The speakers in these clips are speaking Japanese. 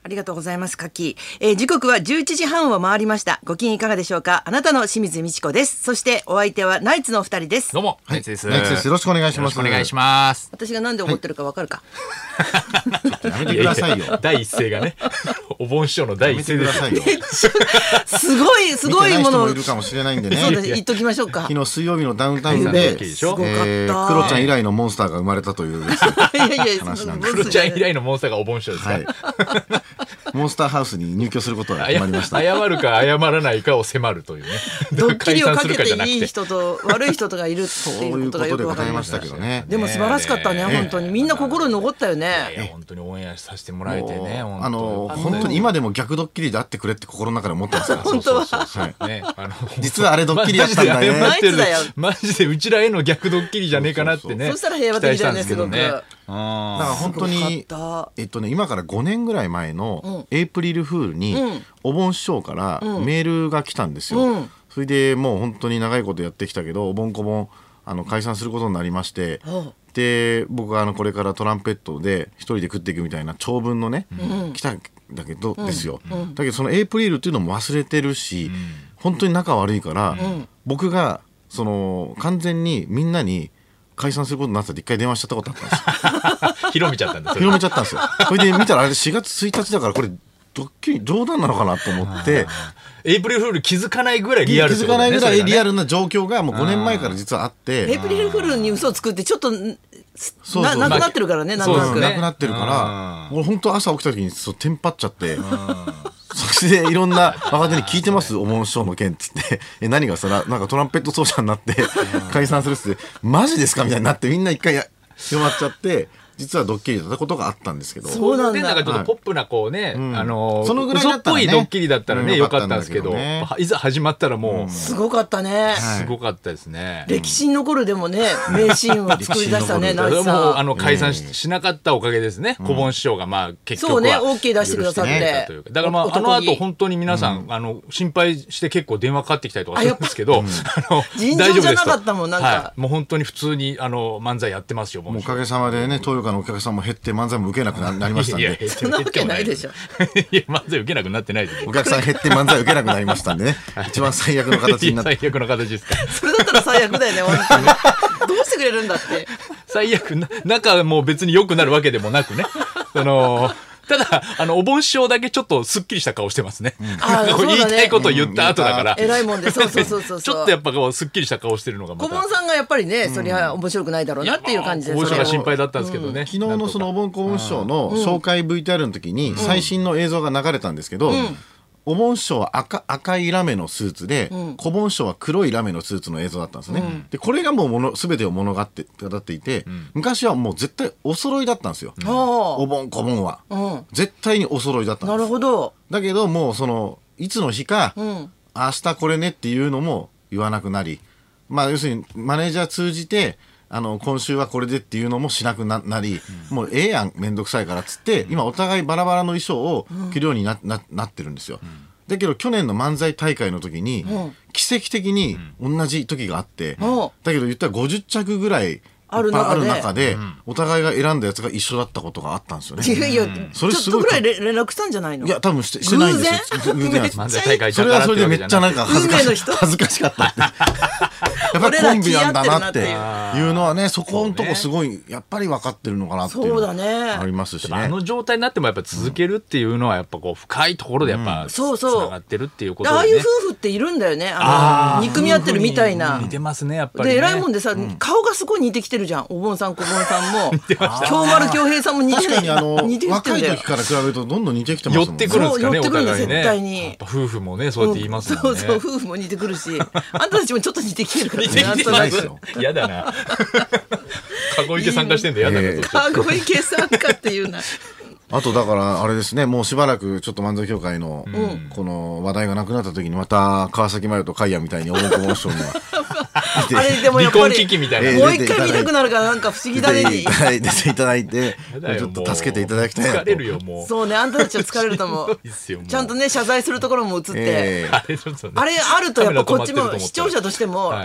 ありがとうございます、カキ。時刻は11時半を回りました。ご機嫌いかがでしょうか。あなたの清水美智子です。そしてお相手はナイツのお二人です。 どうも、ナイツです。 ナイツです。よろしくお願いします。 よろしくお願いします。 私がなんで怒ってるかわかるか。 やめてくださいよ。 第一声がね、お盆師匠の第一声でやめてくだすごいものをいるかもしれないんでね。 そうです、言っときましょうか。 昨日水曜日のダウンタウンで、 すごかった。 クロちゃん以来のモンスターが生まれたという話なんです。 クロちゃん以来のモンスターがお盆師匠ですか。 はい。モンスターハウスに入居することが決まりました。 謝るか謝らないかを迫るというね。 ドッキリをかけていい人と悪い人とがいるっていうことがよくわかりましたけどね。 でも素晴らしかったね、本当にみんな心に残ったよね。 本当にオンエアさせてもらえてね。 本当に今でも逆ドッキリであってくれって心の中で思ってますから。 本当は。 実はあれドッキリやったんだね。 マジでうちらへの逆ドッキリじゃねえかなってね。 そしたら平和的だよね、すごく。 だから本当に今から5年ぐらい前のエイプリルフールにお盆師匠からメールが来たんですよ。それでもう本当に長いことやってきたけどお盆こぼん解散することになりまして、で僕はこれからトランペットで一人で食っていくみたいな長文のね来たんだけどですよ。だけどそのエイプリルっていうのも忘れてるし本当に仲悪いから僕が完全にみんなに解散することになったって一回電話しちゃったことあったんですよ。 広めちゃったんですよ。 広めちゃったんですよ。それで見たらあれ4月1日だからこれドッキリ冗談なのかなと思ってエイプリルフール気づかないぐらいリアル気づかないぐらいリアルな状況がもう5年前から実はあってエイプリルフールに嘘をつくってちょっとなくなってるからね。なんとなくなくなってるからもう本当朝起きた時にテンパっちゃってそしていろんな若手に聞いてますお盆師匠の件っつって何がなんかトランペット奏者になって解散するっつってマジですかみたいになってみんな一回広まっちゃって実はドッキリだったことがあったんですけどそうなんだ。なんかちょっとポップなこうねそのぐらい嘘っぽいドッキリだったらねよかったんですけどいざ始まったらもうすごかったね。 すごかったですね。 歴史に残るでもね名シーンを作り出したね。ナイツさん解散しなかったおかげですね。小盆師匠が結局はそうね OK 出してくださってだからあの後本当に皆さん心配して結構電話かかってきたりとかするんですけど尋常じゃなかったもんなんかもう本当に普通に漫才やってますよ。 おかげさまでね東洋館のお客さんも減って漫才も受けなくなりましたんでそんなわけないでしょ。 いや漫才受けなくなってないです。 お客さん減って漫才受けなくなりましたんでね一番最悪の形になって最悪の形ですか。 それだったら最悪だよね本当にどうしてくれるんだって最悪仲も別に良くなるわけでもなくねただお盆師匠だけちょっとすっきりした顔してますね。言いたいことを言った後だから偉いもんでそうちょっとやっぱすっきりした顔してるのがまた小盆さんがやっぱりねそりゃ面白くないだろうなっていう感じで小盆師匠が心配だったんですけどね。 昨日のそのお盆小盆師匠の紹介 VTR の時に最新の映像が流れたんですけどお盆師匠は赤いラメのスーツで小盆師匠は黒いラメのスーツの映像だったんですね。でこれがもう全てを物語っていて昔はもう絶対お揃いだったんですよ。お盆小盆は絶対にお揃いだったんです。 なるほど。 だけどもういつの日か明日これねっていうのも言わなくなり要するにマネージャー通じて今週はこれでっていうのもしなくなりもうええやんめんどくさいからっつって今お互いバラバラの衣装を着るようになってるんですよ。だけど去年の漫才大会の時に奇跡的に同じ時があってだけど言ったら50着ぐらいある中でお互いが選んだやつが一緒だったことがあったんですよね。 いやちょっとぐらい連絡したんじゃないの。 いや多分してないんですよ。偶然漫才大会それはそれでめっちゃなんか恥ずかしかったってやっぱりコンビなんだなっていうのはねそこのとこすごいやっぱり分かってるのかなっていうのがありますしね。 状態になってもやっぱ続けるっていうのはやっぱ深いところでやっぱつながってるっていうことでね。 ああいう夫婦っているんだよね。憎み合ってるみたいな。 似てますねやっぱり。 で偉いもんでさ顔がすごい似てきてるじゃん。お盆さん小盆さんも京丸京平さんも似てる。 確かに若い時から比べるとどんどん似てきてますもんね。 寄ってくるんですかねお互いね。 絶対に夫婦もねそうやって言いますもんね。 そう夫婦も似てくるしあんたたちもちょっと似てきてるからね。 似てきてないですよ。 やだな。籠池参加してんだやだな。 籠池参加っていうな。 あとだからあれですねもうしばらくちょっと漫才協会のこの話題がなくなった時にまた川崎麻世とカイヤみたいにお盆小盆師匠にはあれでもやっぱり離婚危機みたいなもう一回見たくなるからなんか不思議だね。 出ていただいてちょっと助けていただきたいなと。 疲れるよもう。 そうねあんたたちは疲れると思う。ちゃんとね謝罪するところも映ってあれあるとやっぱこっちも視聴者としても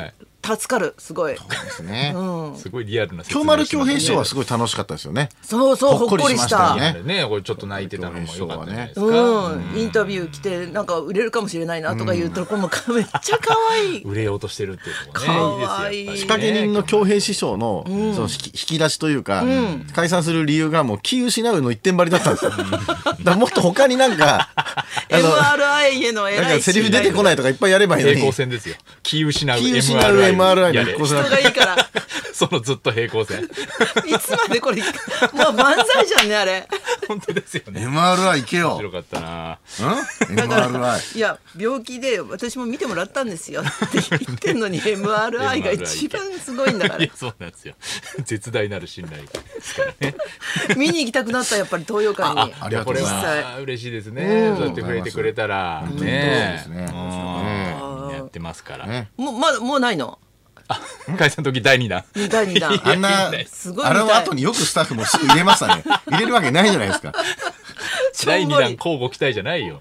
助かるすごい。 そうですね。 すごいリアルな説京明丸恭平師匠はすごい楽しかったですよね。 そうそうほっこりしほっこりしましたた。 よねねこれちょっと泣いてたのも良かったじゃないですか。 インタビュー来てなんか売れるかもしれないなとか言うところもめっちゃ可愛い。 売れようとしてるっていうところね。 可愛いいいですよやっぱりね仕掛け人の恭平師匠のその引き出しというか、解散する理由がもう気失うの一点張りだったんですよ。だからもっと他になんか MRI への偉いなんかセリフ出てこないとかいっぱいやればいいのに。 平行線ですよ。気失う気失う MRI MRI やれの一個線人がいいからそのずっと平行線。 いつまでこれもう漫才じゃんねあれ。 本当ですよね。 MRI 行けよ。 面白かったな。 だから MRI いや病気で私も見てもらったんですよって言ってんのに MRI が一番すごいんだからいやそうなんですよ。絶大なる信頼ですからね。 見に行きたくなったやっぱり東洋館に。 ありがとうございます。 これは嬉しいですね。そうやって触れてくれたらね。 そうですねうんやってますから。 ねもうないの解散の時第2弾。 第2弾あんなすごい見たいあの後によくスタッフもすぐ入れましたね。入れるわけないじゃないですか。 第2弾交互期待じゃないよ。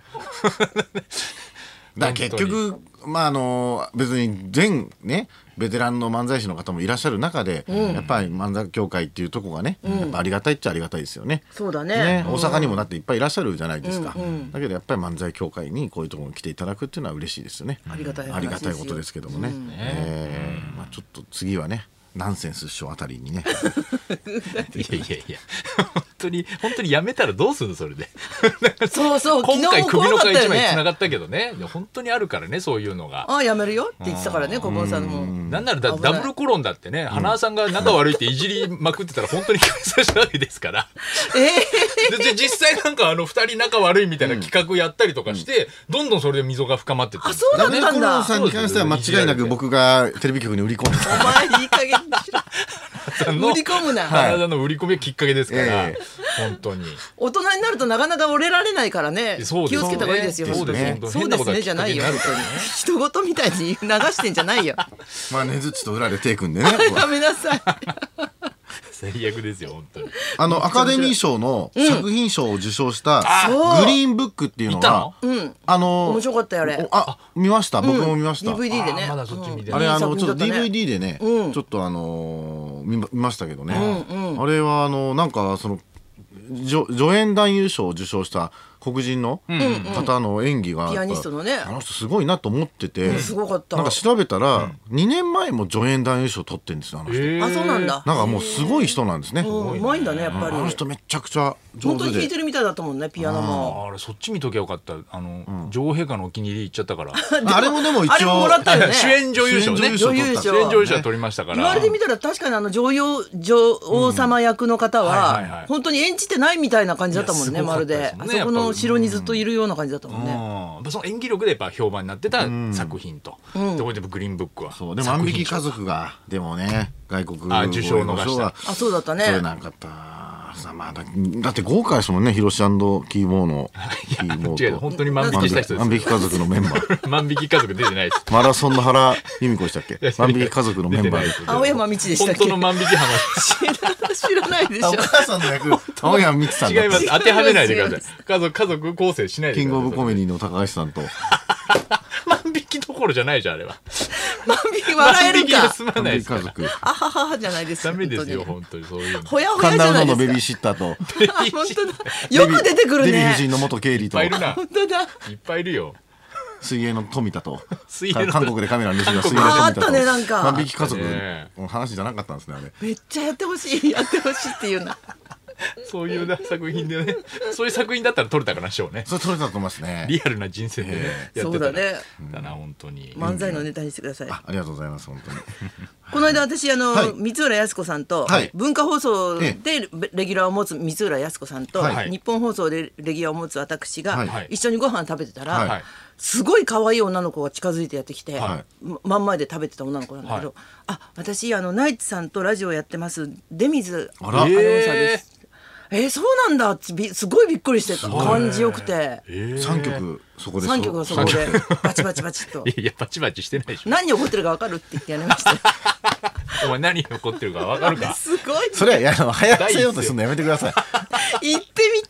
だから結局まあ別に全ねベテランの漫才師の方もいらっしゃる中で、やっぱり漫才協会っていうとこがね、やっぱありがたいっちゃありがたいですよね。 そうだねね大阪にもだっていっぱいいらっしゃるじゃないですか。だけどやっぱり漫才協会にこういうところに来ていただくっていうのは嬉しいですよね。 ありがたい話ですよありがたいことですけどもね。まあちょっと次はねナンセンス師匠あたりにね。 いやいやいや本当にやめたらどうするのそれで。 そうそう今回首の皮一枚つなねがったけどね。本当にあるからねそういうのが。 ああやめるよって言ってたからね小坊さんも。 なんならダ危ないブルコロンだってね、花輪さんが仲悪いっていじりまくってたら本当に解散したわけですから。で実際なんか2人仲悪いみたいな企画やったりとかして、どんどんそれで溝が深まってってるんですよあそうだダブルコロンさんに関しては間違いなく僕がテレビ局に売り込んでた。 お前いい加減にしろ売り込むな、 花田の売り込みがきっかけですから、 え本当に。 大人になるとなかなか折れられないからねそうですね気をつけた方がいいですよそうですねそうですねじゃないよ本当に人事みたいに流してんじゃないよまあねずっちと裏で手組んでね。 やめなさい最悪ですよ本当に。 アカデミー賞の作品賞を受賞したグリーンブックっていうのが面白かったよあれ見ました。僕も見ました。 DVD でねまだそっち見てあれいい作ちょっと品だったね DVD でねちょっと見ましたけどねあれはなんかその助演男優賞を受賞した黒人の方の演技がピアニストのねあの人すごいなと思っててすごかったなんか調べたら2年前も助演男優賞取ってるんですよあの人。 あそうなんだなんかもうすごい人なんですね。 うまいんだねやっぱりあの人めちゃくちゃ上本当に弾い手でてるみたいだったもんねピアノもあれそっち見ときゃよかった。女王陛下のお気に入り行っちゃったからあれもでも一あれもも応らったよね主演女優賞ね。 主演女優賞主演女優賞は取りましたから。 言われてみたら確かに女王様役の方はいはいははい本当に演じてないみたいな感じだったもんいやねまるですごかったですもんねあそこの城にずっといるような感じだったもんねその演技力でやっぱ評判になってた作品と、でこれでグリーンブックはそうでも万引き家族がでもね外国受賞を逃したあそうだったね取れなかったさまあだって豪華ですもんねヒロシ&キーボーのキーボ違うー本当に万引きした人です万引き家族のメンバー万引き家族出てないです。 マラソンの原由美子でしたっけ万引き家族のメンバーで青山道でしたっけ本当の万引き犯は知らないでしょお母さんの役青山美智さんだ違います。 った当てはめないでください。家族構成しないでキンください。 グオブコメディの高橋さんと万引きどころじゃないじゃんあれは。 万引き笑える万引きがか済まない万引きですから。 家族あはははじゃないですダメですよ本本当にそういうの。 当にほやほ神田うやじゃないですかののベビーシッターとあ本当だよく出てくるデヴィ夫人ねの元経理といっぱいいるな。 本当だいっぱいいるよ。 水泳の富田と水泳の韓国でカメラに盗んだ水泳のああった富田とねなんか万引き家族ねの話じゃなかったんですねあれ。 めっちゃやってほしいやってほしいっていうなそういう作品でね、そういう作品だったら撮れたかな賞ね。 それ取れたと思いますね。 リアルな人生でねやってたらそうだねだな本当に。 漫才のネタにしてくださいありがとうございます本当に。 この間私はい三浦靖子さんとはい文化放送でレギュラーを持つ三浦靖子さんとはい日本放送でレギュラーを持つ私がはい一緒にご飯食べてたはいらすごい可愛い女の子が近づいてやってきては真ん前で食べてた女の子なんだけどあ私ナイツさんとラジオやってます出水あらアナウンサーですそうなんだってすごいびっくりしてた感じよくて 3曲そこで 3曲がそこでバチバチバチっといやバチバチしてないでしょ。 何起こってるか分かるって言ってやりましたお前何が起こってるかわかるか。 すごいそれは早くせようとするのやめてください。 行ってみたい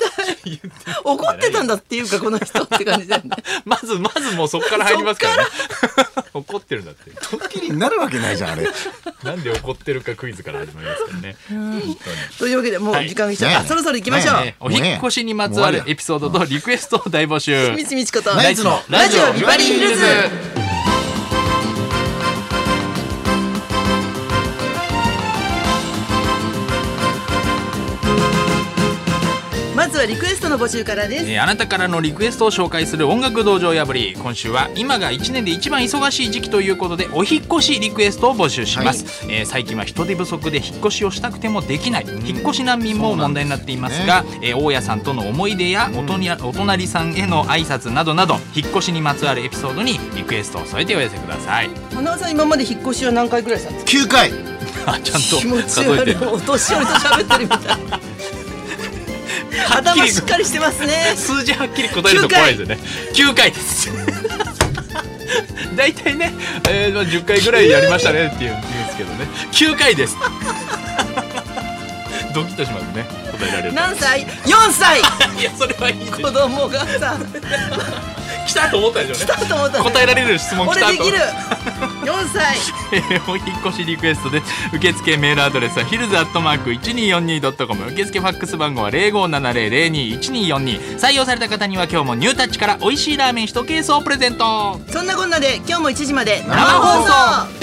怒ってたんだっていうかこの人って感じだよね。 まずもうそこから入りますからね。怒ってるんだって。 ドッキリになるわけないじゃんあれ。 なんで怒ってるかクイズから始まりますからね。 というわけでもう時間が来ちゃった、 はいそろそろ行きましょう、 お引っ越しにまつわるエピソードとリクエストを大募集。 清水ミチコとナイツのラジオビバリーヒルズ。まずはリクエストの募集からです。 あなたからのリクエストを紹介する音楽道場破り。今週は今が1年で一番忙しい時期ということでお引っ越しリクエストを募集します、最近は人手不足で引っ越しをしたくてもできない、引っ越し難民も問題になっていますが、大家さんとの思い出やお隣さんへの挨拶などなど引っ越しにまつわるエピソードにリクエストを添えてお寄せください。 花輪さん今まで引っ越しは何回ぐらいしたんですか 9回。 あ、ちゃんと気持ち数えて悪い、お年寄りと喋ってるみたい頭しっかりしてますね。 数字はっきり答えると怖いですよね。9回ですだいたいね、10回ぐらいやりましたねって言うんですけどね、9回ですドキッとしますね、答えられると。 何歳 ?4 歳いやそれはいいでしょ。 子供がさ来たと思ったでしょうね。 来たと思ったね。 答えられる質問来たと俺できる4歳お引っ越しリクエストで受付メールアドレスはhills@1242.com、 受付ファックス番号は 0570021242。 採用された方には今日もニュータッチから美味しいラーメン1ケースをプレゼント。 そんなこんなで今日も1時まで生放送。